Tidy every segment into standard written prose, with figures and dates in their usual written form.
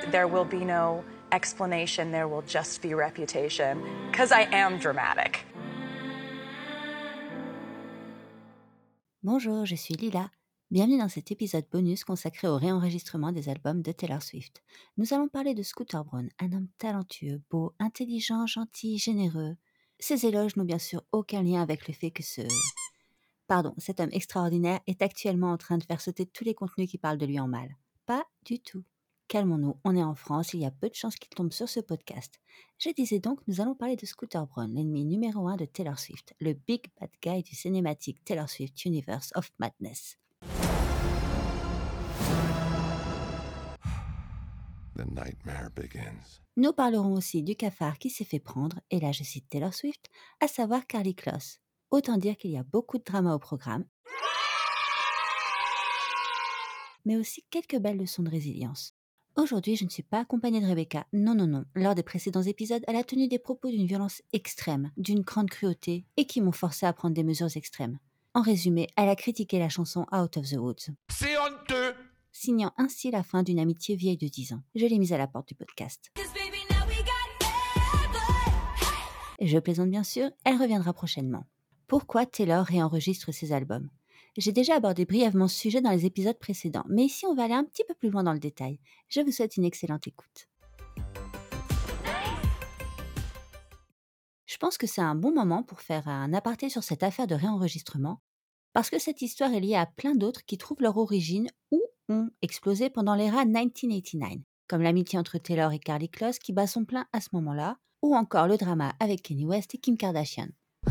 There will be no explanation, there will just be reputation, because I am dramatic. Bonjour, je suis Lila. Bienvenue dans cet épisode bonus consacré au réenregistrement des albums de Taylor Swift. Nous allons parler de Scooter Braun, un homme talentueux, beau, intelligent, gentil, généreux. Ces éloges n'ont bien sûr aucun lien avec le fait que cet homme extraordinaire est actuellement en train de faire sauter tous les contenus qui parlent de lui en mal. Pas du tout. Calmons-nous, on est en France, il y a peu de chances qu'il tombe sur ce podcast. Je disais donc, nous allons parler de Scooter Braun, l'ennemi numéro 1 de Taylor Swift, le big bad guy du cinématique Taylor Swift Universe of Madness. The nightmare begins. Nous parlerons aussi du cafard qui s'est fait prendre, et là je cite Taylor Swift, à savoir Karlie Kloss. Autant dire qu'il y a beaucoup de drama au programme, mais aussi quelques belles leçons de résilience. Aujourd'hui, je ne suis pas accompagnée de Rebecca. Non. Lors des précédents épisodes, elle a tenu des propos d'une violence extrême, d'une grande cruauté, et qui m'ont forcé à prendre des mesures extrêmes. En résumé, elle a critiqué la chanson Out of the Woods, C'est honteux! signant ainsi la fin d'une amitié vieille de 10 ans. Je l'ai mise à la porte du podcast. Et je plaisante bien sûr, elle reviendra prochainement. Pourquoi Taylor réenregistre ses albums ? J'ai déjà abordé brièvement ce sujet dans les épisodes précédents, mais ici on va aller un petit peu plus loin dans le détail. Je vous souhaite une excellente écoute. Je pense que c'est un bon moment pour faire un aparté sur cette affaire de réenregistrement, parce que cette histoire est liée à plein d'autres qui trouvent leur origine ou ont explosé pendant l'ère 1989, comme l'amitié entre Taylor et Karlie Kloss qui bat son plein à ce moment-là, ou encore le drama avec Kanye West et Kim Kardashian.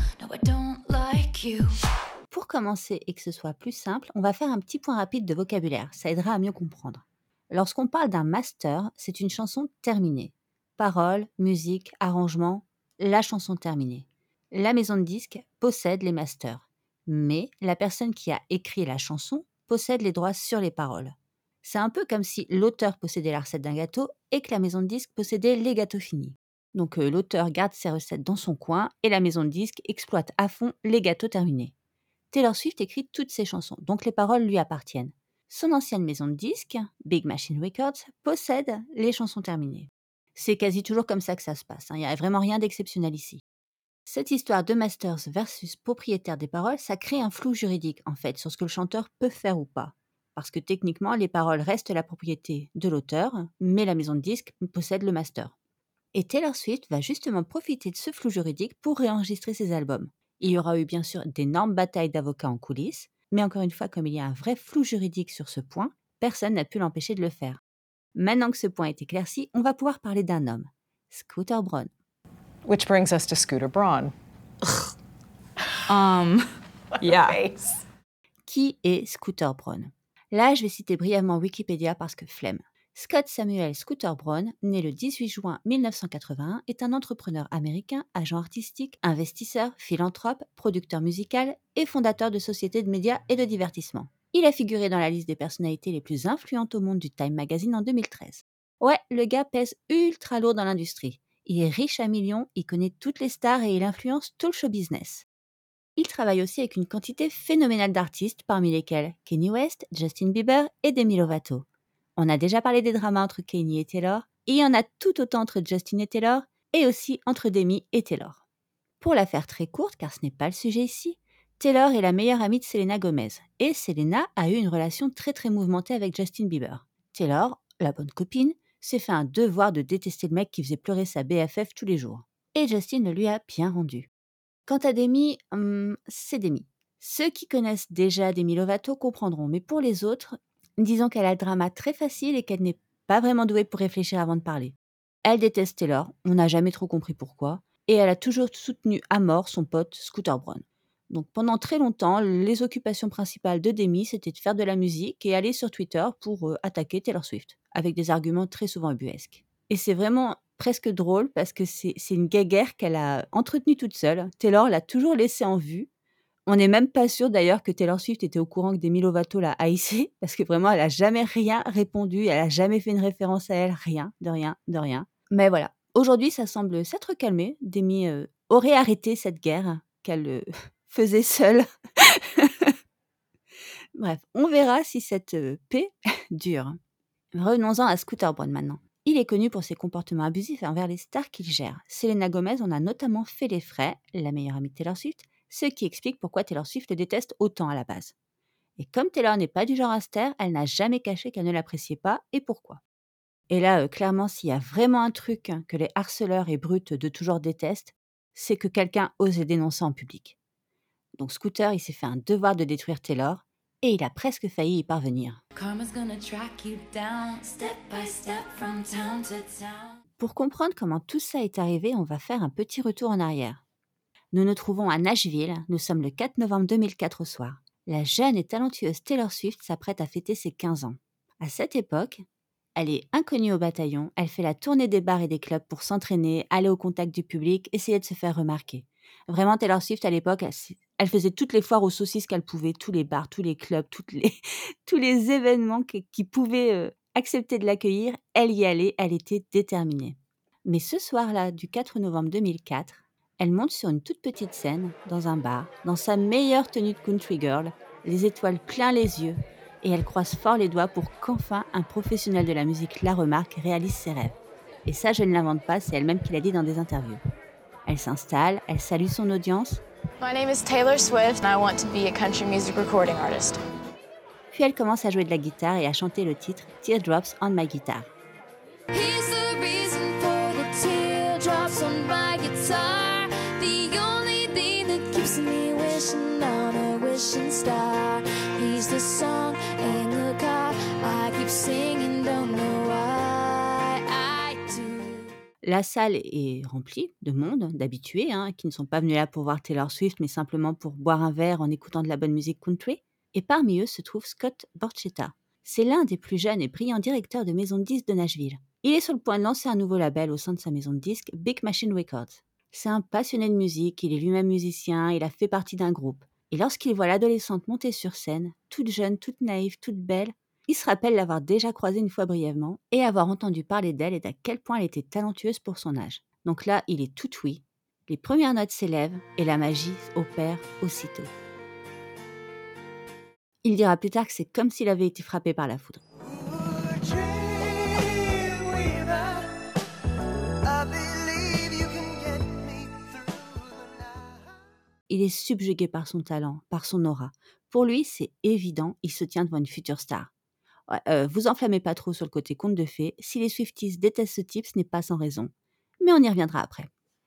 Pour commencer et que ce soit plus simple, on va faire un petit point rapide de vocabulaire, ça aidera à mieux comprendre. Lorsqu'on parle d'un master, c'est une chanson terminée. Paroles, musique, arrangement, la chanson terminée. La maison de disques possède les masters, mais la personne qui a écrit la chanson possède les droits sur les paroles. C'est un peu comme si l'auteur possédait la recette d'un gâteau et que la maison de disques possédait les gâteaux finis. Donc l'auteur garde ses recettes dans son coin et la maison de disques exploite à fond les gâteaux terminés. Taylor Swift écrit toutes ses chansons, donc les paroles lui appartiennent. Son ancienne maison de disques, Big Machine Records, possède les chansons terminées. C'est quasi toujours comme ça que ça se passe, il n'y a vraiment rien d'exceptionnel ici. Cette histoire de masters versus propriétaire des paroles, ça crée un flou juridique en fait sur ce que le chanteur peut faire ou pas. Parce que techniquement, les paroles restent la propriété de l'auteur, mais la maison de disques possède le master. Et Taylor Swift va justement profiter de ce flou juridique pour réenregistrer ses albums. Il y aura eu bien sûr d'énormes batailles d'avocats en coulisses, mais encore une fois, comme il y a un vrai flou juridique sur ce point, personne n'a pu l'empêcher de le faire. Maintenant que ce point est éclairci, on va pouvoir parler d'un homme, Scooter Braun. Which brings us to Scooter Braun. Yeah. Qui est Scooter Braun ? Là, je vais citer brièvement Wikipédia parce que flemme. Scott Samuel Scooter Braun, né le 18 juin 1981, est un entrepreneur américain, agent artistique, investisseur, philanthrope, producteur musical et fondateur de sociétés de médias et de divertissement. Il a figuré dans la liste des personnalités les plus influentes au monde du Time Magazine en 2013. Ouais, le gars pèse ultra lourd dans l'industrie. Il est riche à millions, il connaît toutes les stars et il influence tout le show business. Il travaille aussi avec une quantité phénoménale d'artistes, parmi lesquels Kanye West, Justin Bieber et Demi Lovato. On a déjà parlé des dramas entre Kanye et Taylor, et il y en a tout autant entre Justin et Taylor, et aussi entre Demi et Taylor. Pour la faire très courte, car ce n'est pas le sujet ici, Taylor est la meilleure amie de Selena Gomez, et Selena a eu une relation très très mouvementée avec Justin Bieber. Taylor, la bonne copine, s'est fait un devoir de détester le mec qui faisait pleurer sa BFF tous les jours. Et Justin le lui a bien rendu. Quant à Demi, c'est Demi. Ceux qui connaissent déjà Demi Lovato comprendront, mais pour les autres, disons qu'elle a le drama très facile et qu'elle n'est pas vraiment douée pour réfléchir avant de parler. Elle déteste Taylor, on n'a jamais trop compris pourquoi, et elle a toujours soutenu à mort son pote Scooter Braun. Donc pendant très longtemps, les occupations principales de Demi, c'était de faire de la musique et aller sur Twitter pour attaquer Taylor Swift, avec des arguments très souvent ubuesques. Et c'est vraiment presque drôle parce que c'est une guéguerre qu'elle a entretenue toute seule. Taylor l'a toujours laissée en vue. On n'est même pas sûr d'ailleurs que Taylor Swift était au courant que Demi Lovato l'a haïssée, parce que vraiment, elle n'a jamais rien répondu, elle n'a jamais fait une référence à elle, rien, de rien, de rien. Mais voilà, aujourd'hui, ça semble s'être calmé. Demi aurait arrêté cette guerre qu'elle faisait seule. Bref, on verra si cette paix dure. Revenons-en à Scooter Braun maintenant. Il est connu pour ses comportements abusifs envers les stars qu'il gère. Selena Gomez en a notamment fait les frais, la meilleure amie de Taylor Swift, ce qui explique pourquoi Taylor Swift le déteste autant à la base. Et comme Taylor n'est pas du genre à se taire, elle n'a jamais caché qu'elle ne l'appréciait pas et pourquoi. Et là, clairement, s'il y a vraiment un truc que les harceleurs et brutes de toujours détestent, c'est que quelqu'un ose les dénoncer en public. Donc Scooter, il s'est fait un devoir de détruire Taylor et il a presque failli y parvenir. Pour comprendre comment tout ça est arrivé, on va faire un petit retour en arrière. Nous nous trouvons à Nashville, nous sommes le 4 novembre 2004 au soir. La jeune et talentueuse Taylor Swift s'apprête à fêter ses 15 ans. À cette époque, elle est inconnue au bataillon, elle fait la tournée des bars et des clubs pour s'entraîner, aller au contact du public, essayer de se faire remarquer. Vraiment, Taylor Swift, à l'époque, elle faisait toutes les foires aux saucisses qu'elle pouvait, tous les bars, tous les clubs, tous les événements qui pouvaient accepter de l'accueillir. Elle y allait, elle était déterminée. Mais ce soir-là, du 4 novembre 2004, elle monte sur une toute petite scène, dans un bar, dans sa meilleure tenue de country girl, les étoiles plein les yeux, et elle croise fort les doigts pour qu'enfin un professionnel de la musique la remarque, réalise ses rêves. Et ça, je ne l'invente pas, c'est elle-même qui l'a dit dans des interviews. Elle s'installe, elle salue son audience, My name is Taylor Swift and I want to be a country music recording artist. puis elle commence à jouer de la guitare et à chanter le titre Teardrops on My Guitar. Here's the reason for the teardrops on my guitar. The only thing that keeps me wishing on a wishing star. He's the song in the car I keep singing, don't know why I do. La salle est remplie de monde, d'habitués, qui ne sont pas venus là pour voir Taylor Swift, mais simplement pour boire un verre en écoutant de la bonne musique country. Et parmi eux se trouve Scott Borchetta. C'est l'un des plus jeunes et brillants directeurs de maison de disques de Nashville. Il est sur le point de lancer un nouveau label au sein de sa maison de disques, Big Machine Records. C'est un passionné de musique, il est lui-même musicien, il a fait partie d'un groupe. Et lorsqu'il voit l'adolescente monter sur scène, toute jeune, toute naïve, toute belle, il se rappelle l'avoir déjà croisée une fois brièvement et avoir entendu parler d'elle et d'à quel point elle était talentueuse pour son âge. Donc là, il est tout oui. Les premières notes s'élèvent et la magie opère aussitôt. Il dira plus tard que c'est comme s'il avait été frappé par la foudre. Il est subjugué par son talent, par son aura. Pour lui, c'est évident, il se tient devant une future star. Ouais, vous enflammez pas trop sur le côté conte de fées. Si les Swifties détestent ce type, ce n'est pas sans raison. Mais on y reviendra après.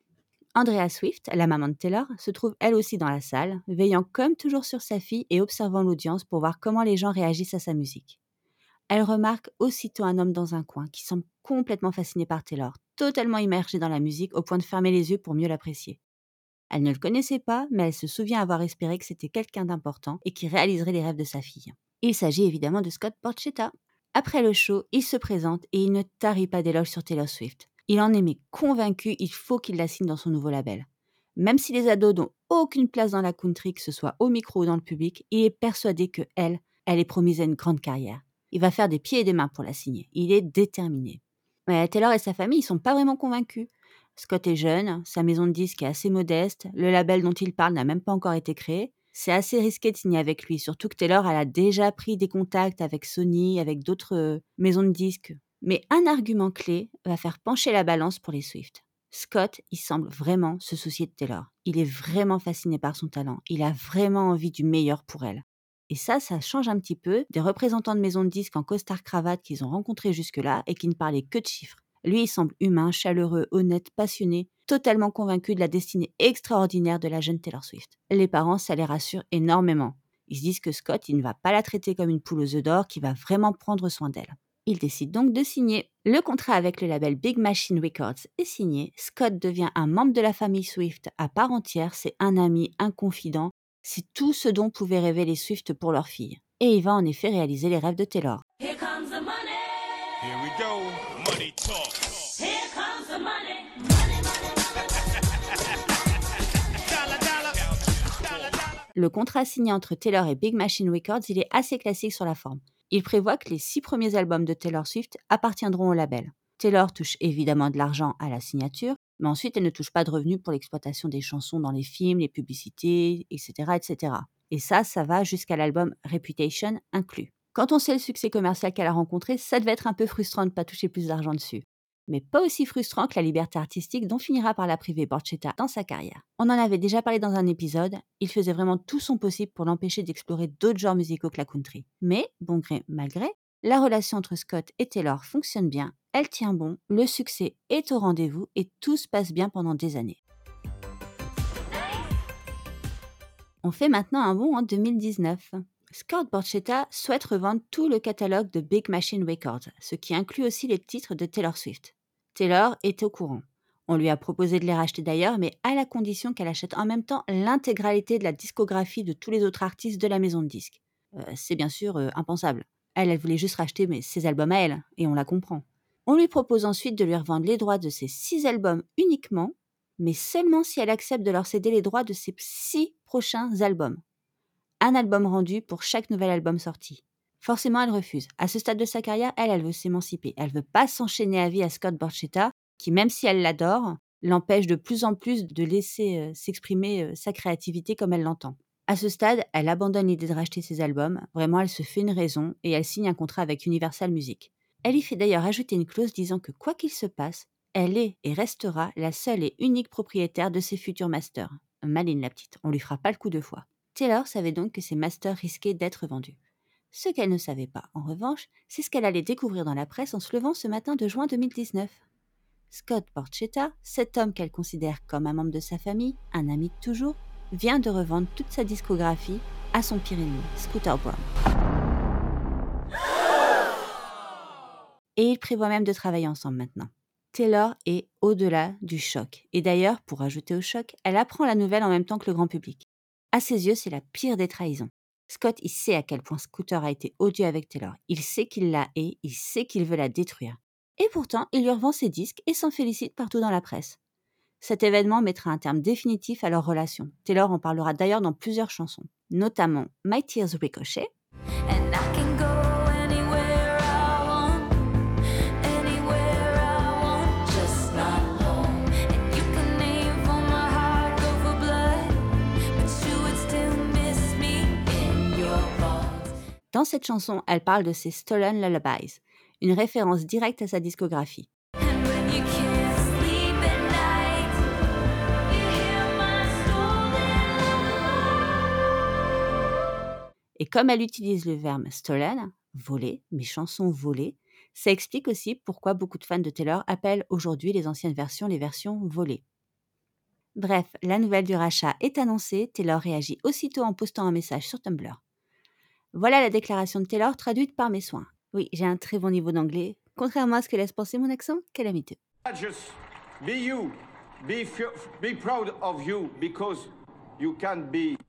Andrea Swift, la maman de Taylor, se trouve elle aussi dans la salle, veillant comme toujours sur sa fille et observant l'audience pour voir comment les gens réagissent à sa musique. Elle remarque aussitôt un homme dans un coin qui semble complètement fasciné par Taylor, totalement immergé dans la musique au point de fermer les yeux pour mieux l'apprécier. Elle ne le connaissait pas, mais elle se souvient avoir espéré que c'était quelqu'un d'important et qui réaliserait les rêves de sa fille. Il s'agit évidemment de Scott Borchetta. Après le show, il se présente et il ne tarit pas d'éloges sur Taylor Swift. Il en est mais convaincu, il faut qu'il la signe dans son nouveau label. Même si les ados n'ont aucune place dans la country, que ce soit au micro ou dans le public, il est persuadé que elle est promise à une grande carrière. Il va faire des pieds et des mains pour la signer. Il est déterminé. Mais Taylor et sa famille, ils sont pas vraiment convaincus. Scott est jeune, sa maison de disques est assez modeste, le label dont il parle n'a même pas encore été créé. C'est assez risqué de signer avec lui, surtout que Taylor elle a déjà pris des contacts avec Sony, avec d'autres maisons de disques. Mais un argument clé va faire pencher la balance pour les Swift. Scott, il semble vraiment se soucier de Taylor. Il est vraiment fasciné par son talent. Il a vraiment envie du meilleur pour elle. Et ça change un petit peu des représentants de maisons de disques en costard-cravate qu'ils ont rencontrés jusque-là et qui ne parlaient que de chiffres. Lui, il semble humain, chaleureux, honnête, passionné, totalement convaincu de la destinée extraordinaire de la jeune Taylor Swift. Les parents, ça les rassure énormément. Ils se disent que Scott, il ne va pas la traiter comme une poule aux œufs d'or, qu'il va vraiment prendre soin d'elle. Il décide donc de signer. Le contrat avec le label Big Machine Records est signé. Scott devient un membre de la famille Swift à part entière. C'est un ami, un confident. C'est tout ce dont pouvaient rêver les Swift pour leur fille. Et il va en effet réaliser les rêves de Taylor. Here comes the money. Here we go. Money talk. Here comes the money. Money, money, money. Le contrat signé entre Taylor et Big Machine Records, il est assez classique sur la forme. Il prévoit que les 6 premiers albums de Taylor Swift appartiendront au label. Taylor touche évidemment de l'argent à la signature, mais ensuite elle ne touche pas de revenus pour l'exploitation des chansons dans les films, les publicités, etc. etc. Et ça va jusqu'à l'album Reputation inclus. Quand on sait le succès commercial qu'elle a rencontré, ça devait être un peu frustrant de ne pas toucher plus d'argent dessus. Mais pas aussi frustrant que la liberté artistique dont finira par la priver Borchetta dans sa carrière. On en avait déjà parlé dans un épisode, il faisait vraiment tout son possible pour l'empêcher d'explorer d'autres genres musicaux que la country. Mais, bon gré mal gré, la relation entre Scott et Taylor fonctionne bien, elle tient bon, le succès est au rendez-vous et tout se passe bien pendant des années. On fait maintenant un bond en 2019. Scott Borchetta souhaite revendre tout le catalogue de Big Machine Records, ce qui inclut aussi les titres de Taylor Swift. Taylor est au courant. On lui a proposé de les racheter d'ailleurs, mais à la condition qu'elle achète en même temps l'intégralité de la discographie de tous les autres artistes de la maison de disques. C'est bien sûr impensable. Elle voulait juste racheter ses albums à elle, et on la comprend. On lui propose ensuite de lui revendre les droits de ses 6 albums uniquement, mais seulement si elle accepte de leur céder les droits de ses 6 prochains albums. Un album rendu pour chaque nouvel album sorti. Forcément, elle refuse. À ce stade de sa carrière, elle veut s'émanciper. Elle veut pas s'enchaîner à vie à Scott Borchetta, qui, même si elle l'adore, l'empêche de plus en plus de laisser s'exprimer sa créativité comme elle l'entend. À ce stade, elle abandonne l'idée de racheter ses albums. Vraiment, elle se fait une raison et elle signe un contrat avec Universal Music. Elle y fait d'ailleurs ajouter une clause disant que quoi qu'il se passe, elle est et restera la seule et unique propriétaire de ses futurs masters. Maline la petite, on lui fera pas le coup 2 fois. Taylor savait donc que ses masters risquaient d'être vendus. Ce qu'elle ne savait pas, en revanche, c'est ce qu'elle allait découvrir dans la presse en se levant ce matin de juin 2019. Scott Borchetta, cet homme qu'elle considère comme un membre de sa famille, un ami de toujours, vient de revendre toute sa discographie à son pire ennemi, Scooter Braun. Et ils prévoient même de travailler ensemble maintenant. Taylor est au-delà du choc. Et d'ailleurs, pour ajouter au choc, elle apprend la nouvelle en même temps que le grand public. À ses yeux, c'est la pire des trahisons. Scott, il sait à quel point Scooter a été odieux avec Taylor. Il sait qu'il la hait, il sait qu'il veut la détruire. Et pourtant, il lui revend ses disques et s'en félicite partout dans la presse. Cet événement mettra un terme définitif à leur relation. Taylor en parlera d'ailleurs dans plusieurs chansons, notamment My Tears Ricochet, And I can go anywhere I want, just not home. And you can name for my heart, go for blood, but you would still miss me in your bones. Dans cette chanson, elle parle de ses Stolen Lullabies, une référence directe à sa discographie. And when you can't sleep at night, you hear my stolen. Et comme elle utilise le verbe stolen, voler, mes chansons volées, ça explique aussi pourquoi beaucoup de fans de Taylor appellent aujourd'hui les anciennes versions les versions volées. Bref, la nouvelle du rachat est annoncée, Taylor réagit aussitôt en postant un message sur Tumblr. Voilà la déclaration de Taylor traduite par mes soins. Oui, j'ai un très bon niveau d'anglais, contrairement à ce que laisse penser mon accent calamiteux. Just be you. Be proud of you because you can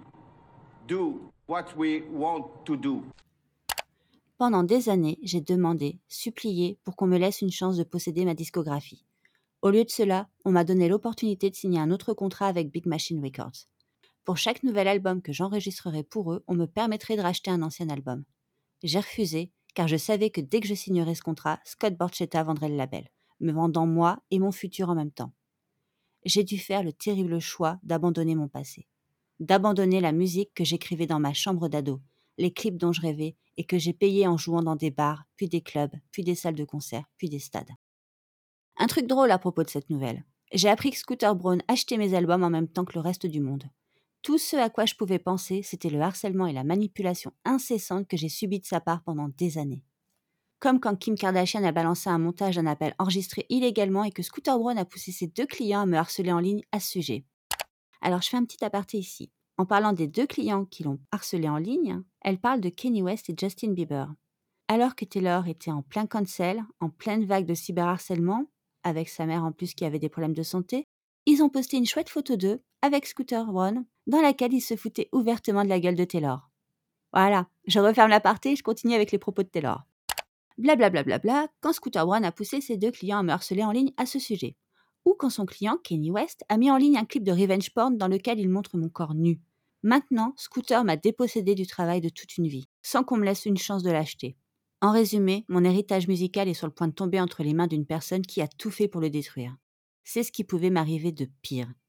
do what we want to do. Pendant des années, j'ai demandé, supplié pour qu'on me laisse une chance de posséder ma discographie. Au lieu de cela, on m'a donné l'opportunité de signer un autre contrat avec Big Machine Records. Pour chaque nouvel album que j'enregistrerai pour eux, on me permettrait de racheter un ancien album. J'ai refusé, car je savais que dès que je signerais ce contrat, Scott Borchetta vendrait le label, me vendant moi et mon futur en même temps. J'ai dû faire le terrible choix d'abandonner mon passé. D'abandonner la musique que j'écrivais dans ma chambre d'ado, les clips dont je rêvais et que j'ai payés en jouant dans des bars, puis des clubs, puis des salles de concert, puis des stades. Un truc drôle à propos de cette nouvelle. J'ai appris que Scooter Braun achetait mes albums en même temps que le reste du monde. Tout ce à quoi je pouvais penser, c'était le harcèlement et la manipulation incessante que j'ai subie de sa part pendant des années. Comme quand Kim Kardashian a balancé un montage d'un appel enregistré illégalement et que Scooter Braun a poussé ses 2 clients à me harceler en ligne à ce sujet. Alors je fais un petit aparté ici. En parlant des 2 clients qui l'ont harcelé en ligne, elle parle de Kanye West et Justin Bieber. Alors que Taylor était en plein cancel, en pleine vague de cyberharcèlement, avec sa mère en plus qui avait des problèmes de santé, ils ont posté une chouette photo d'eux avec Scooter Braun, dans laquelle ils se foutaient ouvertement de la gueule de Taylor. Voilà, je referme l'aparté et je continue avec les propos de Taylor. Blablabla, quand Scooter Braun a poussé ses 2 clients à me harceler en ligne à ce sujet. Ou quand son client, Kanye West, a mis en ligne un clip de revenge porn dans lequel il montre mon corps nu. Maintenant, Scooter m'a dépossédé du travail de toute une vie, sans qu'on me laisse une chance de l'acheter. En résumé, mon héritage musical est sur le point de tomber entre les mains d'une personne qui a tout fait pour le détruire. C'est ce qui pouvait m'arriver de pire.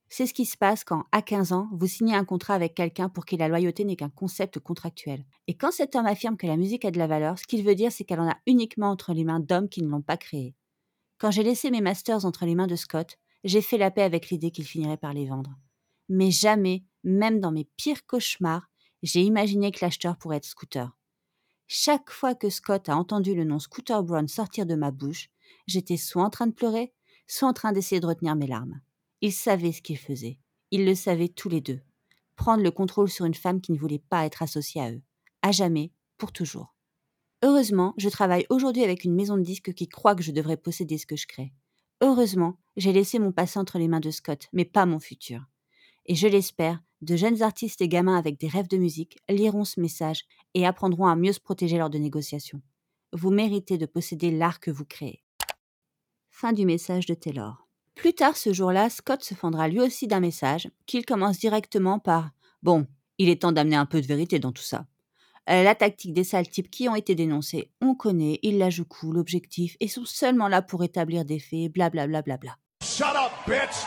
C'est ce qui se passe quand, à 15 ans, vous signez un contrat avec quelqu'un pour qui la loyauté n'est qu'un concept contractuel. Et quand cet homme affirme que la musique a de la valeur, ce qu'il veut dire, c'est qu'elle en a uniquement entre les mains d'hommes qui ne l'ont pas créée. Quand j'ai laissé mes masters entre les mains de Scott, j'ai fait la paix avec l'idée qu'il finirait par les vendre. Mais jamais, même dans mes pires cauchemars, j'ai imaginé que l'acheteur pourrait être Scooter. Chaque fois que Scott a entendu le nom Scooter Braun sortir de ma bouche, j'étais soit en train de pleurer, soit en train d'essayer de retenir mes larmes. Ils savaient ce qu'ils faisaient. Ils le savaient tous les deux. Prendre le contrôle sur une femme qui ne voulait pas être associée à eux. À jamais, pour toujours. Heureusement, je travaille aujourd'hui avec une maison de disques qui croit que je devrais posséder ce que je crée. Heureusement, j'ai laissé mon passé entre les mains de Scott, mais pas mon futur. Et je l'espère, de jeunes artistes et gamins avec des rêves de musique liront ce message et apprendront à mieux se protéger lors de négociations. Vous méritez de posséder l'art que vous créez. Fin du message de Taylor. Plus tard ce jour-là, Scott se fendra lui aussi d'un message qu'il commence directement par « Bon, il est temps d'amener un peu de vérité dans tout ça. La tactique des sales types qui ont été dénoncés, on connaît, ils la jouent cool, l'objectif, et sont seulement là pour établir des faits, blablabla. Bla bla bla. Shut up, bitch!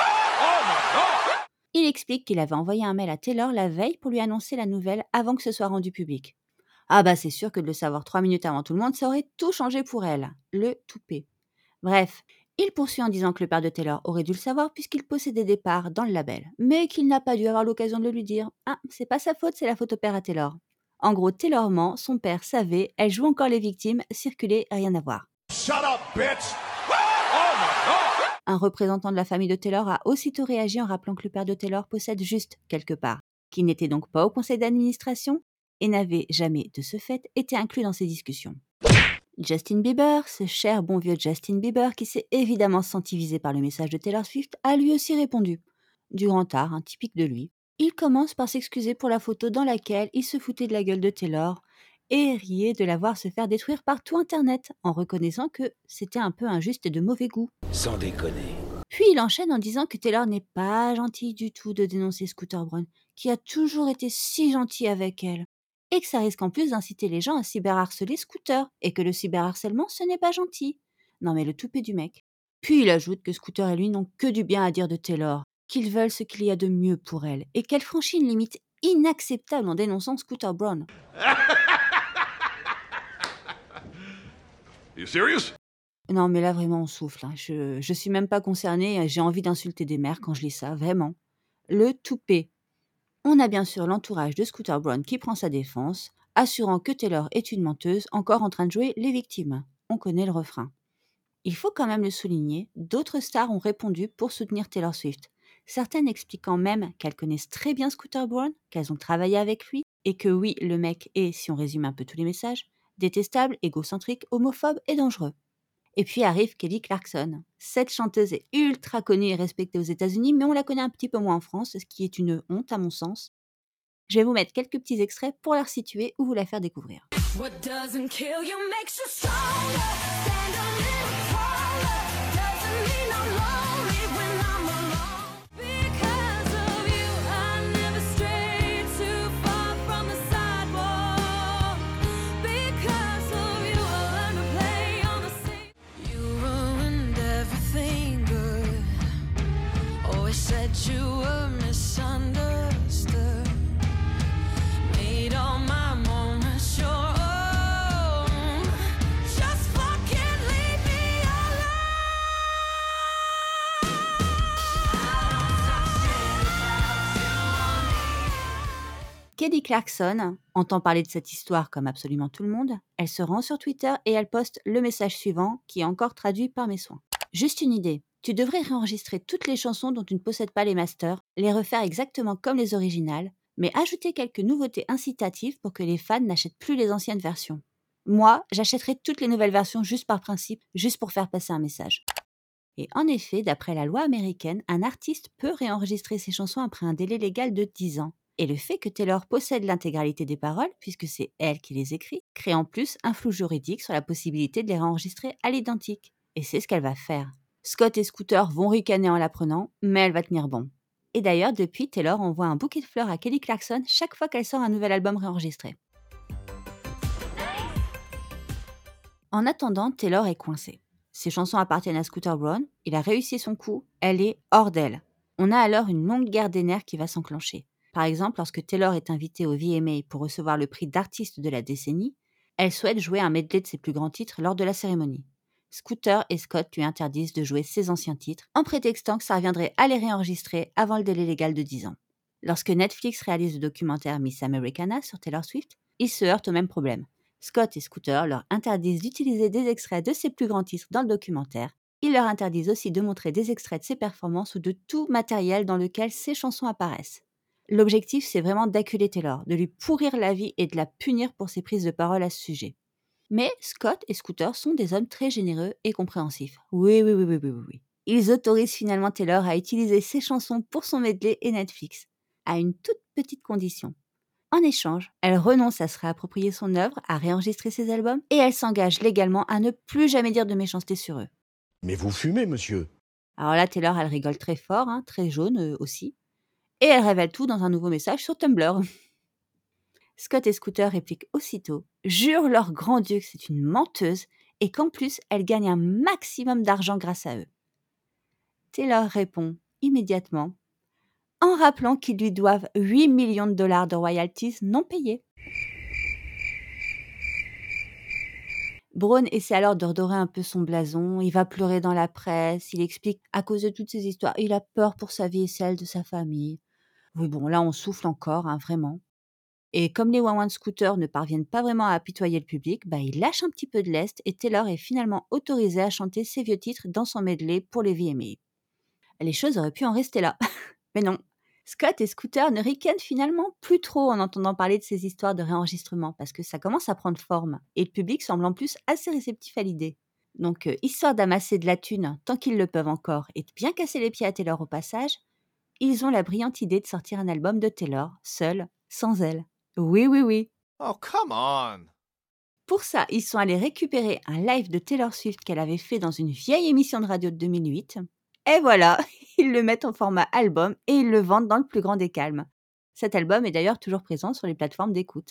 Il explique qu'il avait envoyé un mail à Taylor la veille pour lui annoncer la nouvelle avant que ce soit rendu public. Ah bah c'est sûr que de le savoir 3 minutes avant tout le monde, ça aurait tout changé pour elle. Le toupet. Bref, il poursuit en disant que le père de Taylor aurait dû le savoir puisqu'il possédait des parts dans le label, mais qu'il n'a pas dû avoir l'occasion de le lui dire. Ah, c'est pas sa faute, c'est la faute au père à Taylor. En gros, Taylor ment, son père savait, elle joue encore les victimes, circuler, rien à voir. Shut up, bitch! Un représentant de la famille de Taylor a aussitôt réagi en rappelant que le père de Taylor possède juste quelque part, qu'il n'était donc pas au conseil d'administration et n'avait jamais, de ce fait, été inclus dans ces discussions. Justin Bieber, ce cher bon vieux Justin Bieber qui s'est évidemment senti visé par le message de Taylor Swift, a lui aussi répondu. Du grand art, typique de lui. Il commence par s'excuser pour la photo dans laquelle il se foutait de la gueule de Taylor et riait de la voir se faire détruire par tout Internet, en reconnaissant que c'était un peu injuste et de mauvais goût. Sans déconner. Puis il enchaîne en disant que Taylor n'est pas gentil du tout de dénoncer Scooter Braun, qui a toujours été si gentil avec elle, et que ça risque en plus d'inciter les gens à cyberharceler Scooter, et que le cyberharcèlement ce n'est pas gentil. Non mais le toupet du mec. Puis il ajoute que Scooter et lui n'ont que du bien à dire de Taylor, qu'ils veulent ce qu'il y a de mieux pour elle, et qu'elle franchit une limite inacceptable en dénonçant Scooter Braun. You serious? Non mais là vraiment on souffle, je suis même pas concernée, j'ai envie d'insulter des mères quand je lis ça, vraiment. Le toupet. On a bien sûr l'entourage de Scooter Braun qui prend sa défense, assurant que Taylor est une menteuse encore en train de jouer les victimes. On connaît le refrain. Il faut quand même le souligner, d'autres stars ont répondu pour soutenir Taylor Swift. Certaines expliquant même qu'elles connaissent très bien Scooter Braun, qu'elles ont travaillé avec lui, et que oui, le mec est, si on résume un peu tous les messages, détestable, égocentrique, homophobe et dangereux. Et puis arrive Kelly Clarkson. Cette chanteuse est ultra connue et respectée aux États-Unis, mais on la connaît un petit peu moins en France, ce qui est une honte à mon sens. Je vais vous mettre quelques petits extraits pour la resituer ou vous la faire découvrir. What doesn't kill you makes you stronger. Stand a little taller. Doesn't mean I'm lonely when I'm alone. Because of you, I never strayed too far from the sidewalk. Because of you, I learned to play on the safe. You ruined everything good. Always said you were misunderstood. Made all my moments your own. Just fucking leave me alone. Kelly Clarkson entend parler de cette histoire comme absolument tout le monde. Elle se rend sur Twitter et elle poste le message suivant qui est encore traduit par mes soins. Juste une idée. Tu devrais réenregistrer toutes les chansons dont tu ne possèdes pas les masters, les refaire exactement comme les originales, mais ajouter quelques nouveautés incitatives pour que les fans n'achètent plus les anciennes versions. Moi, j'achèterai toutes les nouvelles versions juste par principe, juste pour faire passer un message. Et en effet, d'après la loi américaine, un artiste peut réenregistrer ses chansons après un délai légal de 10 ans. Et le fait que Taylor possède l'intégralité des paroles, puisque c'est elle qui les écrit, crée en plus un flou juridique sur la possibilité de les réenregistrer à l'identique. Et c'est ce qu'elle va faire. Scott et Scooter vont ricaner en l'apprenant, mais elle va tenir bon. Et d'ailleurs, depuis, Taylor envoie un bouquet de fleurs à Kelly Clarkson chaque fois qu'elle sort un nouvel album réenregistré. En attendant, Taylor est coincée. Ses chansons appartiennent à Scooter Braun, il a réussi son coup, elle est hors d'elle. On a alors une longue guerre des nerfs qui va s'enclencher. Par exemple, lorsque Taylor est invitée au VMA pour recevoir le prix d'artiste de la décennie, elle souhaite jouer un medley de ses plus grands titres lors de la cérémonie. Scooter et Scott lui interdisent de jouer ses anciens titres en prétextant que ça reviendrait à les réenregistrer avant le délai légal de 10 ans. Lorsque Netflix réalise le documentaire Miss Americana sur Taylor Swift, ils se heurtent au même problème. Scott et Scooter leur interdisent d'utiliser des extraits de ses plus grands titres dans le documentaire. Ils leur interdisent aussi de montrer des extraits de ses performances ou de tout matériel dans lequel ses chansons apparaissent. L'objectif, c'est vraiment d'acculer Taylor, de lui pourrir la vie et de la punir pour ses prises de parole à ce sujet. Mais Scott et Scooter sont des hommes très généreux et compréhensifs. Oui. Ils autorisent finalement Taylor à utiliser ses chansons pour son medley et Netflix, à une toute petite condition. En échange, elle renonce à se réapproprier son œuvre, à réenregistrer ses albums, et elle s'engage légalement à ne plus jamais dire de méchanceté sur eux. Mais vous fumez, monsieur. Alors là, Taylor, elle rigole très fort, très jaune aussi, et elle révèle tout dans un nouveau message sur Tumblr. Scott et Scooter répliquent aussitôt, jurent leur grand Dieu que c'est une menteuse et qu'en plus, elle gagne un maximum d'argent grâce à eux. Taylor répond immédiatement en rappelant qu'ils lui doivent 8 millions de dollars de royalties non payés. Braun essaie alors de redorer un peu son blason, il va pleurer dans la presse, il explique à cause de toutes ces histoires, il a peur pour sa vie et celle de sa famille. Oui bon, là on souffle encore, vraiment. Et comme les One Scooter ne parviennent pas vraiment à apitoyer le public, il lâche un petit peu de lest et Taylor est finalement autorisée à chanter ses vieux titres dans son medley pour les VMA. Les choses auraient pu en rester là. Mais non. Scott et Scooter ne ricanent finalement plus trop en entendant parler de ces histoires de réenregistrement parce que ça commence à prendre forme et le public semble en plus assez réceptif à l'idée. Donc, histoire d'amasser de la thune tant qu'ils le peuvent encore et de bien casser les pieds à Taylor au passage, ils ont la brillante idée de sortir un album de Taylor, seul, sans elle. Oui. Oh, come on. Pour ça, ils sont allés récupérer un live de Taylor Swift qu'elle avait fait dans une vieille émission de radio de 2008. Et voilà, ils le mettent en format album et ils le vendent dans le plus grand des calmes. Cet album est d'ailleurs toujours présent sur les plateformes d'écoute.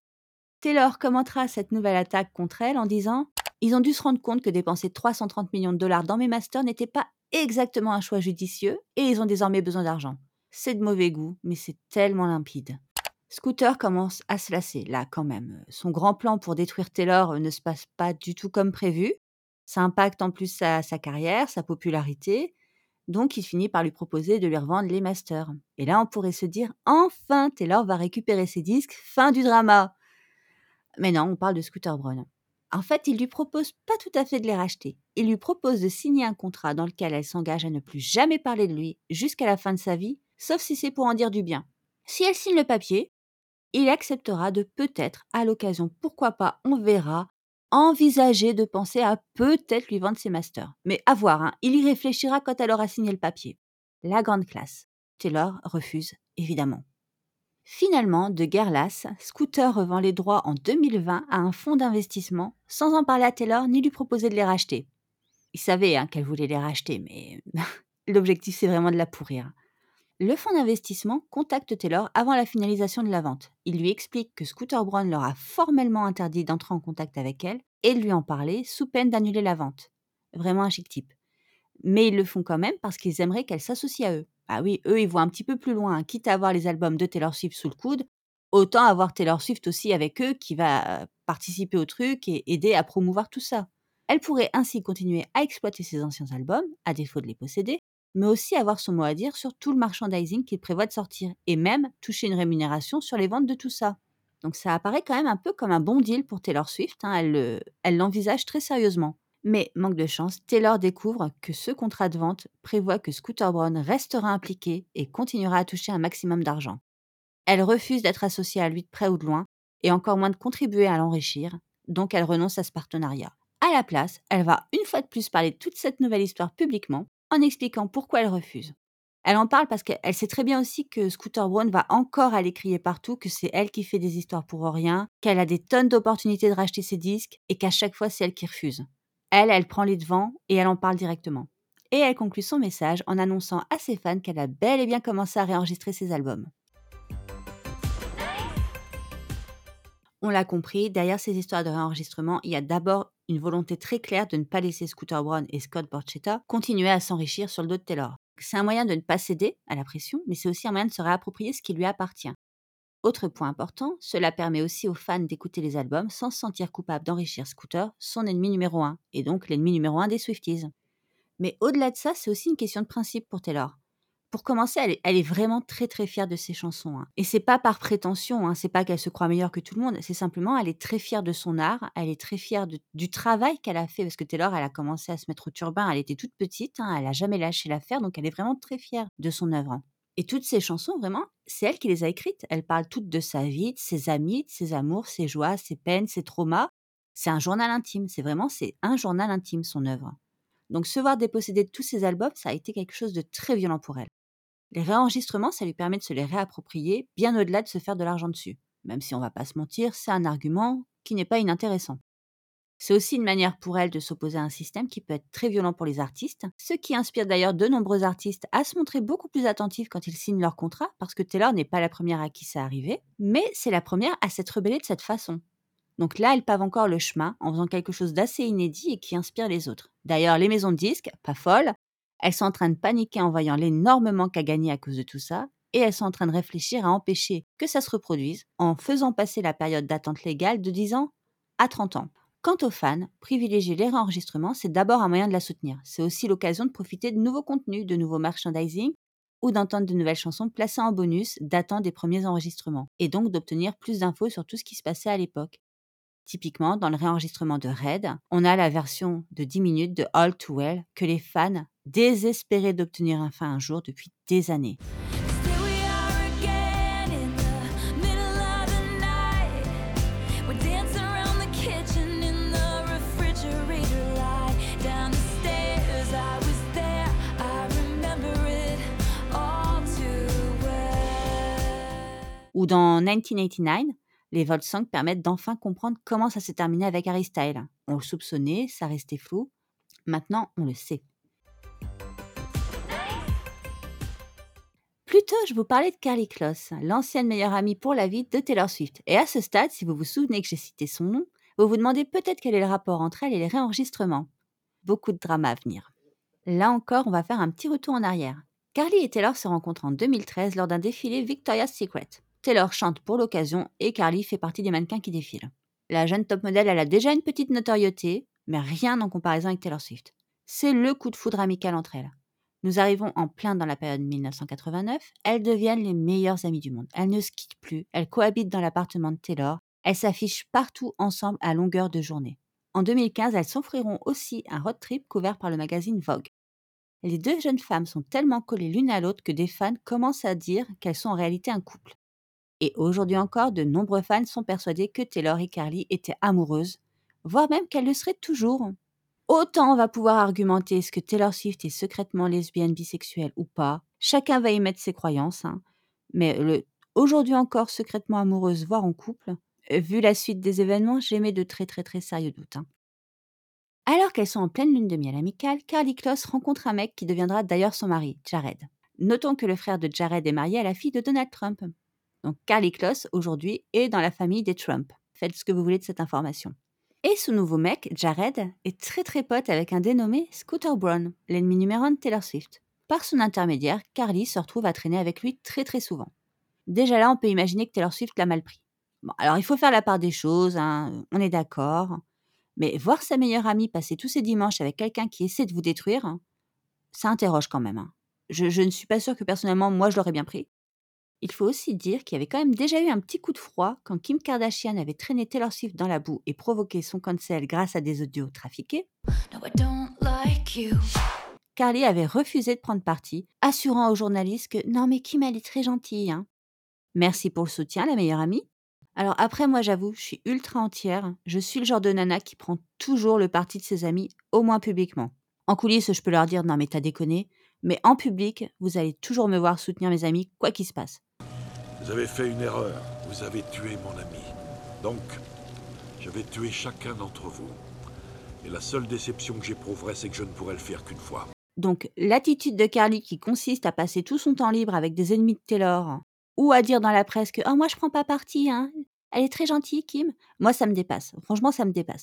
Taylor commentera cette nouvelle attaque contre elle en disant « Ils ont dû se rendre compte que dépenser 330 millions de dollars dans mes masters n'était pas exactement un choix judicieux et ils ont désormais besoin d'argent. C'est de mauvais goût, mais c'est tellement limpide. » Scooter commence à se lasser, là, quand même. Son grand plan pour détruire Taylor ne se passe pas du tout comme prévu. Ça impacte en plus sa carrière, sa popularité. Donc, il finit par lui proposer de lui revendre les masters. Et là, on pourrait se dire « Enfin, Taylor va récupérer ses disques, fin du drama !» Mais non, on parle de Scooter Braun. En fait, il lui propose pas tout à fait de les racheter. Il lui propose de signer un contrat dans lequel elle s'engage à ne plus jamais parler de lui jusqu'à la fin de sa vie, sauf si c'est pour en dire du bien. Si elle signe le papier, il acceptera de peut-être, à l'occasion, pourquoi pas, on verra, envisager de penser à peut-être lui vendre ses masters. Mais à voir, il y réfléchira quand elle aura signé le papier. La grande classe. Taylor refuse, évidemment. Finalement, de guerre lasse, Scooter revend les droits en 2020 à un fonds d'investissement, sans en parler à Taylor ni lui proposer de les racheter. Il savait qu'elle voulait les racheter, mais l'objectif c'est vraiment de la pourrir. Le fonds d'investissement contacte Taylor avant la finalisation de la vente. Il lui explique que Scooter Braun leur a formellement interdit d'entrer en contact avec elle et de lui en parler sous peine d'annuler la vente. Vraiment un chic type. Mais ils le font quand même parce qu'ils aimeraient qu'elle s'associe à eux. Ah oui, eux, ils voient un petit peu plus loin. Quitte à avoir les albums de Taylor Swift sous le coude, autant avoir Taylor Swift aussi avec eux qui va participer au truc et aider à promouvoir tout ça. Elle pourrait ainsi continuer à exploiter ses anciens albums, à défaut de les posséder, mais aussi avoir son mot à dire sur tout le merchandising qu'il prévoit de sortir, et même toucher une rémunération sur les ventes de tout ça. Donc ça apparaît quand même un peu comme un bon deal pour Taylor Swift, elle l'envisage très sérieusement. Mais, manque de chance, Taylor découvre que ce contrat de vente prévoit que Scooter Braun restera impliqué et continuera à toucher un maximum d'argent. Elle refuse d'être associée à lui de près ou de loin, et encore moins de contribuer à l'enrichir, donc elle renonce à ce partenariat. À la place, elle va une fois de plus parler de toute cette nouvelle histoire publiquement, en expliquant pourquoi elle refuse. Elle en parle parce qu'elle sait très bien aussi que Scooter Braun va encore aller crier partout que c'est elle qui fait des histoires pour rien, qu'elle a des tonnes d'opportunités de racheter ses disques et qu'à chaque fois c'est elle qui refuse. Elle prend les devants et elle en parle directement. Et elle conclut son message en annonçant à ses fans qu'elle a bel et bien commencé à réenregistrer ses albums. On l'a compris, derrière ces histoires de réenregistrement, il y a d'abord une volonté très claire de ne pas laisser Scooter Braun et Scott Borchetta continuer à s'enrichir sur le dos de Taylor. C'est un moyen de ne pas céder à la pression, mais c'est aussi un moyen de se réapproprier ce qui lui appartient. Autre point important, cela permet aussi aux fans d'écouter les albums sans se sentir coupable d'enrichir Scooter, son ennemi numéro 1, et donc l'ennemi numéro 1 des Swifties. Mais au-delà de ça, c'est aussi une question de principe pour Taylor. Pour commencer, elle est vraiment très très fière de ses chansons, hein. Et c'est pas par prétention, hein, c'est pas qu'elle se croit meilleure que tout le monde, c'est simplement elle est très fière de son art, elle est très fière du travail qu'elle a fait, parce que Taylor, elle a commencé à se mettre au turbin, elle était toute petite, hein, elle a jamais lâché l'affaire, donc elle est vraiment très fière de son œuvre, hein. Et toutes ces chansons, vraiment, c'est elle qui les a écrites. Elles parlent toutes de sa vie, de ses amis, de ses amours, ses joies, ses peines, ses traumas. C'est un journal intime, c'est un journal intime, son œuvre. Donc se voir déposséder de tous ses albums, ça a été quelque chose de très violent pour elle. Les réenregistrements, ça lui permet de se les réapproprier, bien au-delà de se faire de l'argent dessus. Même si on va pas se mentir, c'est un argument qui n'est pas inintéressant. C'est aussi une manière pour elle de s'opposer à un système qui peut être très violent pour les artistes, ce qui inspire d'ailleurs de nombreux artistes à se montrer beaucoup plus attentifs quand ils signent leur contrat, parce que Taylor n'est pas la première à qui c'est arrivé, mais c'est la première à s'être rebellée de cette façon. Donc là, elle pave encore le chemin en faisant quelque chose d'assez inédit et qui inspire les autres. D'ailleurs, les maisons de disques, pas folles, elles sont en train de paniquer en voyant l'énorme manque à gagner à cause de tout ça, et elles sont en train de réfléchir à empêcher que ça se reproduise en faisant passer la période d'attente légale de 10 ans à 30 ans. Quant aux fans, privilégier les réenregistrements, c'est d'abord un moyen de la soutenir. C'est aussi l'occasion de profiter de nouveaux contenus, de nouveaux merchandising ou d'entendre de nouvelles chansons placées en bonus datant des premiers enregistrements, et donc d'obtenir plus d'infos sur tout ce qui se passait à l'époque. Typiquement, dans le réenregistrement de Red, on a la version de 10 minutes de All Too Well que les fans, désespérés d'obtenir enfin un jour depuis des années. Here we are again in the middle of the night. We're dancing around the kitchen in the refrigerator light. Down the stairs, I was there. I remember it all too well. Ou dans 1989, les Volksongs permettent d'enfin comprendre comment ça s'est terminé avec Harry Styles. On le soupçonnait, ça restait flou. Maintenant, on le sait. Plus tôt, je vous parlais de Karlie Kloss, l'ancienne meilleure amie pour la vie de Taylor Swift. Et à ce stade, si vous vous souvenez que j'ai cité son nom, vous vous demandez peut-être quel est le rapport entre elle et les réenregistrements. Beaucoup de drama à venir. Là encore, on va faire un petit retour en arrière. Karlie et Taylor se rencontrent en 2013 lors d'un défilé Victoria's Secret. Taylor chante pour l'occasion et Karlie fait partie des mannequins qui défilent. La jeune top modèle, elle a déjà une petite notoriété, mais rien en comparaison avec Taylor Swift. C'est le coup de foudre amical entre elles. Nous arrivons en plein dans la période 1989, elles deviennent les meilleures amies du monde. Elles ne se quittent plus, elles cohabitent dans l'appartement de Taylor, elles s'affichent partout ensemble à longueur de journée. En 2015, elles s'offriront aussi un road trip couvert par le magazine Vogue. Les deux jeunes femmes sont tellement collées l'une à l'autre que des fans commencent à dire qu'elles sont en réalité un couple. Et aujourd'hui encore, de nombreux fans sont persuadés que Taylor et Karlie étaient amoureuses, voire même qu'elles le seraient toujours. Autant on va pouvoir argumenter est-ce que Taylor Swift est secrètement lesbienne, bisexuelle ou pas. Chacun va y mettre ses croyances, hein. Mais aujourd'hui encore secrètement amoureuse, voire en couple, vu la suite des événements, j'émets de très très très sérieux doutes, hein. Alors qu'elles sont en pleine lune de miel amicale, Karlie Kloss rencontre un mec qui deviendra d'ailleurs son mari, Jared. Notons que le frère de Jared est marié à la fille de Donald Trump. Donc Karlie Kloss, aujourd'hui, est dans la famille des Trump. Faites ce que vous voulez de cette information. Et ce nouveau mec, Jared, est très très pote avec un dénommé Scooter Braun, l'ennemi numéro 1 de Taylor Swift. Par son intermédiaire, Karlie se retrouve à traîner avec lui très très souvent. Déjà là, on peut imaginer que Taylor Swift l'a mal pris. Bon, alors il faut faire la part des choses, hein, on est d'accord. Mais voir sa meilleure amie passer tous ses dimanches avec quelqu'un qui essaie de vous détruire, hein, ça interroge quand même, hein. Je ne suis pas sûre que personnellement, moi, je l'aurais bien pris. Il faut aussi dire qu'il y avait quand même déjà eu un petit coup de froid quand Kim Kardashian avait traîné Taylor Swift dans la boue et provoqué son cancel grâce à des audios trafiqués. No, I don't like you. Karlie avait refusé de prendre parti, assurant aux journalistes que « Non mais Kim, elle est très gentille, hein. » Merci pour le soutien, la meilleure amie. Alors après, moi j'avoue, je suis ultra entière. Je suis le genre de nana qui prend toujours le parti de ses amis, au moins publiquement. En coulisses, je peux leur dire « Non mais t'as déconné », mais en public, vous allez toujours me voir soutenir mes amis, quoi qu'il se passe. Vous avez fait une erreur. Vous avez tué mon ami. Donc, je vais tuer chacun d'entre vous. Et la seule déception que j'éprouverai, c'est que je ne pourrai le faire qu'une fois. Donc l'attitude de Karlie qui consiste à passer tout son temps libre avec des ennemis de Taylor, ou à dire dans la presse que « Oh, moi je prends pas parti, hein. Elle est très gentille, Kim », moi ça me dépasse. Franchement, ça me dépasse.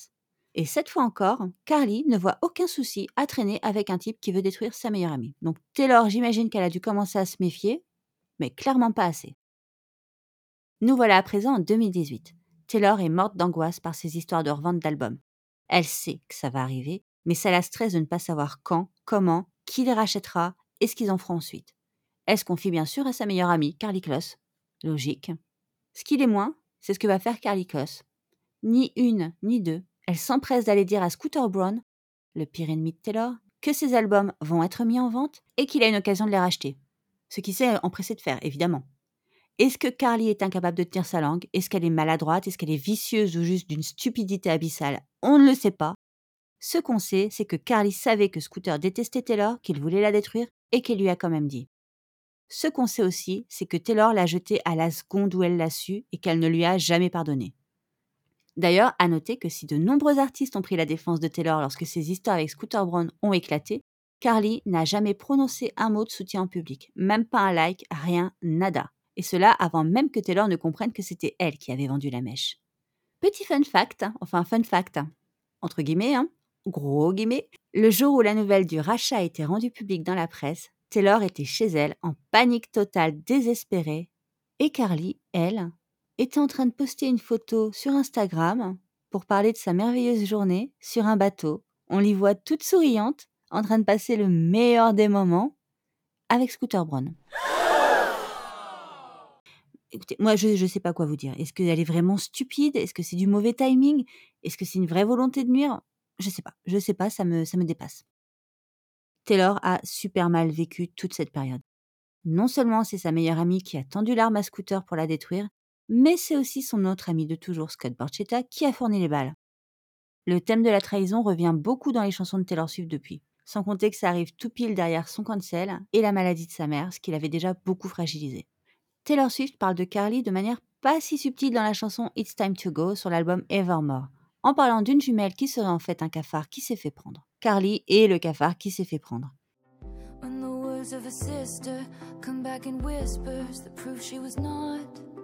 Et cette fois encore, Carly ne voit aucun souci à traîner avec un type qui veut détruire sa meilleure amie. Donc Taylor, j'imagine qu'elle a dû commencer à se méfier, mais clairement pas assez. Nous voilà à présent en 2018. Taylor est morte d'angoisse par ses histoires de revente d'albums. Elle sait que ça va arriver, mais ça la stresse de ne pas savoir quand, comment, qui les rachètera et ce qu'ils en feront ensuite. Elle se confie bien sûr à sa meilleure amie, Karlie Kloss. Logique. Ce qui l'est moins, c'est ce que va faire Karlie Kloss. Ni une, ni deux, elle s'empresse d'aller dire à Scooter Braun, le pire ennemi de Taylor, que ses albums vont être mis en vente et qu'il a une occasion de les racheter. Ce qu'il s'est empressé de faire, évidemment. Est-ce que Carly est incapable de tenir sa langue? Est-ce qu'elle est maladroite? Est-ce qu'elle est vicieuse ou juste d'une stupidité abyssale? On ne le sait pas. Ce qu'on sait, c'est que Carly savait que Scooter détestait Taylor, qu'il voulait la détruire et qu'elle lui a quand même dit. Ce qu'on sait aussi, c'est que Taylor l'a jetée à la seconde où elle l'a su et qu'elle ne lui a jamais pardonné. D'ailleurs, à noter que si de nombreux artistes ont pris la défense de Taylor lorsque ses histoires avec Scooter Braun ont éclaté, Carly n'a jamais prononcé un mot de soutien en public, même pas un like, rien, nada. Et cela avant même que Taylor ne comprenne que c'était elle qui avait vendu la mèche. Petit fun fact, entre guillemets, gros guillemets, le jour où la nouvelle du rachat a été rendue publique dans la presse, Taylor était chez elle en panique totale, désespérée, et Carly, elle, était en train de poster une photo sur Instagram pour parler de sa merveilleuse journée sur un bateau. On l'y voit toute souriante, en train de passer le meilleur des moments avec Scooter Braun. Écoutez, moi, je ne sais pas quoi vous dire. Est-ce qu'elle est vraiment stupide? Est-ce que c'est du mauvais timing? Est-ce que c'est une vraie volonté de nuire? Je sais pas, ça me dépasse. Taylor a super mal vécu toute cette période. Non seulement c'est sa meilleure amie qui a tendu l'arme à Scooter pour la détruire, mais c'est aussi son autre ami de toujours, Scott Borchetta, qui a fourni les balles. Le thème de la trahison revient beaucoup dans les chansons de Taylor Swift depuis, sans compter que ça arrive tout pile derrière son cancel et la maladie de sa mère, ce qui l'avait déjà beaucoup fragilisé. Taylor Swift parle de Carly de manière pas si subtile dans la chanson It's Time to Go sur l'album Evermore, en parlant d'une jumelle qui serait en fait un cafard qui s'est fait prendre. Carly est le cafard qui s'est fait prendre. When the words of a sister come back in whispers that prove she was not.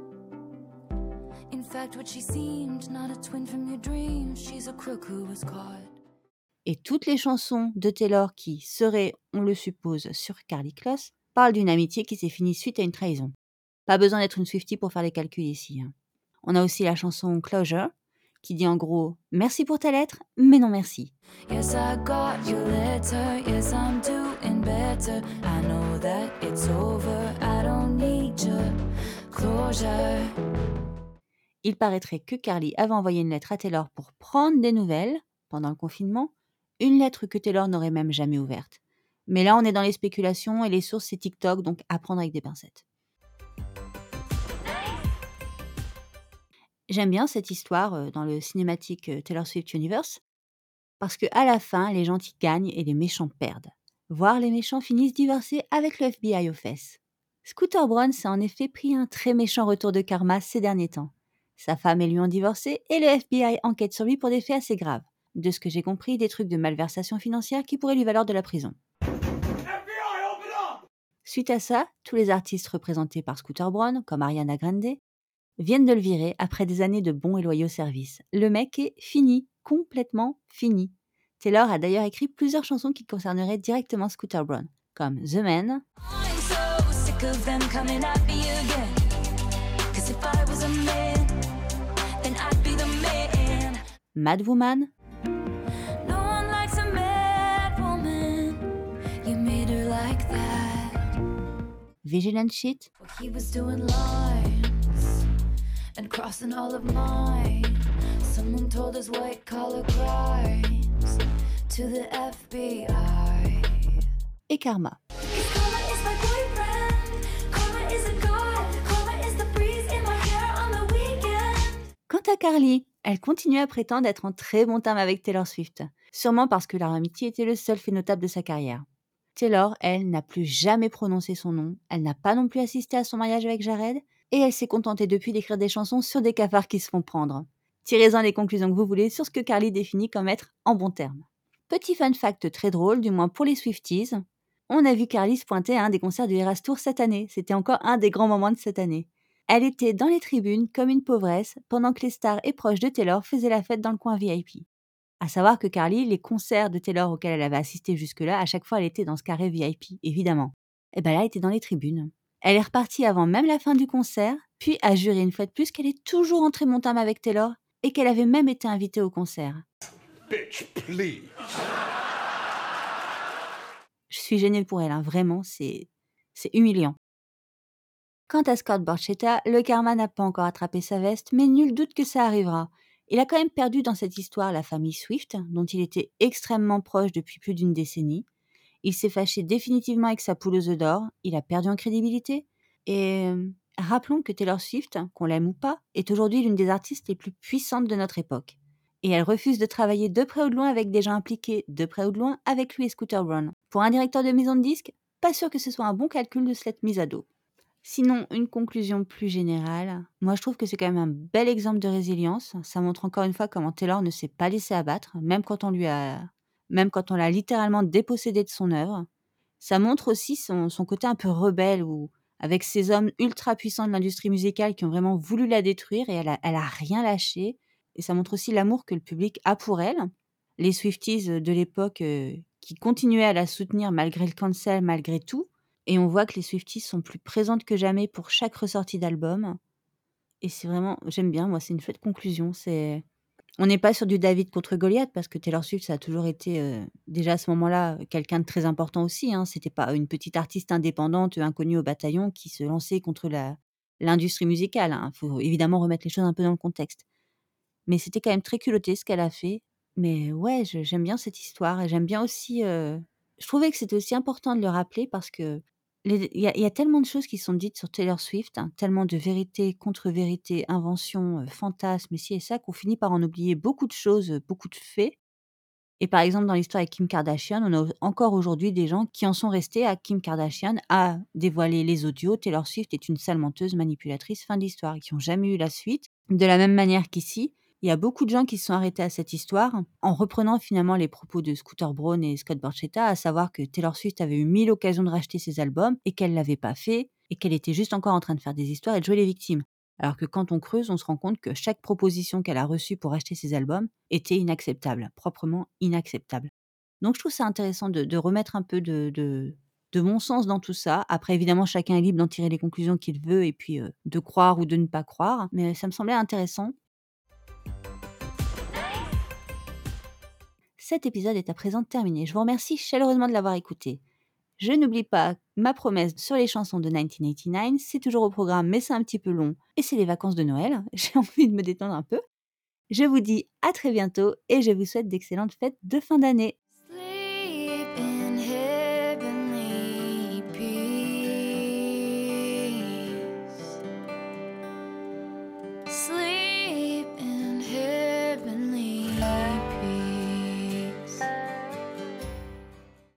In fact, what she seemed, not a twin from your dreams, she's a crook who was caught. Et toutes les chansons de Taylor qui seraient, on le suppose, sur Karlie Kloss, parlent d'une amitié qui s'est finie suite à une trahison. Pas besoin d'être une Swiftie pour faire les calculs ici. On a aussi la chanson Closure, qui dit en gros « Merci pour ta lettre, mais non merci ». Yes, I got your letter. Yes, I'm doing better. I know that it's over. I don't need your closure. Il paraîtrait que Carly avait envoyé une lettre à Taylor pour prendre des nouvelles pendant le confinement, une lettre que Taylor n'aurait même jamais ouverte. Mais là, on est dans les spéculations et les sources, c'est TikTok, donc à prendre avec des pincettes. J'aime bien cette histoire dans le cinématique Taylor Swift Universe, parce qu'à la fin, les gentils gagnent et les méchants perdent. Voire les méchants finissent divorcés avec le FBI aux fesses. Scooter Braun s'est en effet pris un très méchant retour de karma ces derniers temps. Sa femme et lui ont divorcé et le FBI enquête sur lui pour des faits assez graves. De ce que j'ai compris, des trucs de malversation financière qui pourraient lui valoir de la prison. Suite à ça, tous les artistes représentés par Scooter Braun, comme Ariana Grande, viennent de le virer après des années de bons et loyaux services. Le mec est fini, complètement fini. Taylor a d'ailleurs écrit plusieurs chansons qui concerneraient directement Scooter Braun, comme The Man, I'm so sick of them coming at me again. 'Cause if I was a man, then I'd be the man. Mad Woman, No one likes a mad woman. You made her like that. Vigilant Shit, Well, he was doing lines and crossing all of mine. Someone told his white collar crimes to the FBI. et Karma. 'Cause karma is my boyfriend. Karma is a god. Karma is the breeze in my hair on the weekend. Quant à Carly, elle continue à prétendre être en très bon terme avec Taylor Swift, sûrement parce que leur amitié était le seul fait notable de sa carrière. Taylor, elle, n'a plus jamais prononcé son nom, elle n'a pas non plus assisté à son mariage avec Jared, et elle s'est contentée depuis d'écrire des chansons sur des cafards qui se font prendre. Tirez-en les conclusions que vous voulez sur ce que Carly définit comme être en bon terme. Petit fun fact très drôle, du moins pour les Swifties, on a vu Carly se pointer à un des concerts du Eras Tour cette année, c'était encore un des grands moments de cette année. Elle était dans les tribunes comme une pauvresse, pendant que les stars et proches de Taylor faisaient la fête dans le coin VIP. À savoir que Carly, les concerts de Taylor auxquels elle avait assisté jusque-là, à chaque fois, elle était dans ce carré VIP, évidemment. Et ben là, elle était dans les tribunes. Elle est repartie avant même la fin du concert, puis a juré une fois de plus qu'elle est toujours entrée mon terme avec Taylor et qu'elle avait même été invitée au concert. Bitch, please. Je suis gênée pour elle, hein, vraiment, c'est humiliant. Quant à Scott Borchetta, le karma n'a pas encore attrapé sa veste, mais nul doute que ça arrivera. Il a quand même perdu dans cette histoire la famille Swift, dont il était extrêmement proche depuis plus d'une décennie. Il s'est fâché définitivement avec sa poule aux œufs d'or, il a perdu en crédibilité. Et rappelons que Taylor Swift, qu'on l'aime ou pas, est aujourd'hui l'une des artistes les plus puissantes de notre époque. Et elle refuse de travailler de près ou de loin avec des gens impliqués de près ou de loin avec lui et Scooter Braun. Pour un directeur de maison de disques, pas sûr que ce soit un bon calcul de se l'être mise à dos. Sinon, une conclusion plus générale, moi je trouve que c'est quand même un bel exemple de résilience. Ça montre encore une fois comment Taylor ne s'est pas laissé abattre, même quand on l'a littéralement dépossédé de son œuvre. Ça montre aussi son côté un peu rebelle, ou avec ces hommes ultra puissants de l'industrie musicale qui ont vraiment voulu la détruire, et elle a rien lâché. Et ça montre aussi l'amour que le public a pour elle. Les Swifties de l'époque qui continuaient à la soutenir malgré le cancel, malgré tout. Et on voit que les Swifties sont plus présentes que jamais pour chaque ressortie d'album. Et c'est vraiment, j'aime bien, moi, c'est une chouette conclusion. On n'est pas sur du David contre Goliath, parce que Taylor Swift, ça a toujours été, déjà à ce moment-là, quelqu'un de très important aussi. Hein. C'était pas une petite artiste indépendante, inconnue au bataillon, qui se lançait contre l'industrie musicale. Hein. Faut évidemment remettre les choses un peu dans le contexte. Mais c'était quand même très culotté ce qu'elle a fait. Mais ouais, j'aime bien cette histoire, et j'aime bien aussi. Je trouvais que c'était aussi important de le rappeler, parce que il y a tellement de choses qui sont dites sur Taylor Swift, hein, tellement de vérités, contre-vérités, inventions, fantasmes, et ci et ça, qu'on finit par en oublier beaucoup de choses, beaucoup de faits. Et par exemple, dans l'histoire avec Kim Kardashian, on a encore aujourd'hui des gens qui en sont restés à Kim Kardashian a dévoilé les audios, Taylor Swift est une sale menteuse, manipulatrice, fin d'histoire, et qui n'ont jamais eu la suite. De la même manière qu'ici, il y a beaucoup de gens qui se sont arrêtés à cette histoire en reprenant finalement les propos de Scooter Braun et Scott Borchetta, à savoir que Taylor Swift avait eu 1000 occasions de racheter ses albums et qu'elle l'avait pas fait, et qu'elle était juste encore en train de faire des histoires et de jouer les victimes. Alors que quand on creuse, on se rend compte que chaque proposition qu'elle a reçue pour acheter ses albums était inacceptable, proprement inacceptable. Donc je trouve ça intéressant de remettre un peu de bon sens dans tout ça. Après, évidemment, chacun est libre d'en tirer les conclusions qu'il veut, et puis de croire ou de ne pas croire. Mais ça me semblait intéressant. Cet épisode est à présent terminé. Je vous remercie chaleureusement de l'avoir écouté. Je n'oublie pas ma promesse sur les chansons de 1989. C'est toujours au programme, mais c'est un petit peu long. Et c'est les vacances de Noël. J'ai envie de me détendre un peu. Je vous dis à très bientôt, et je vous souhaite d'excellentes fêtes de fin d'année.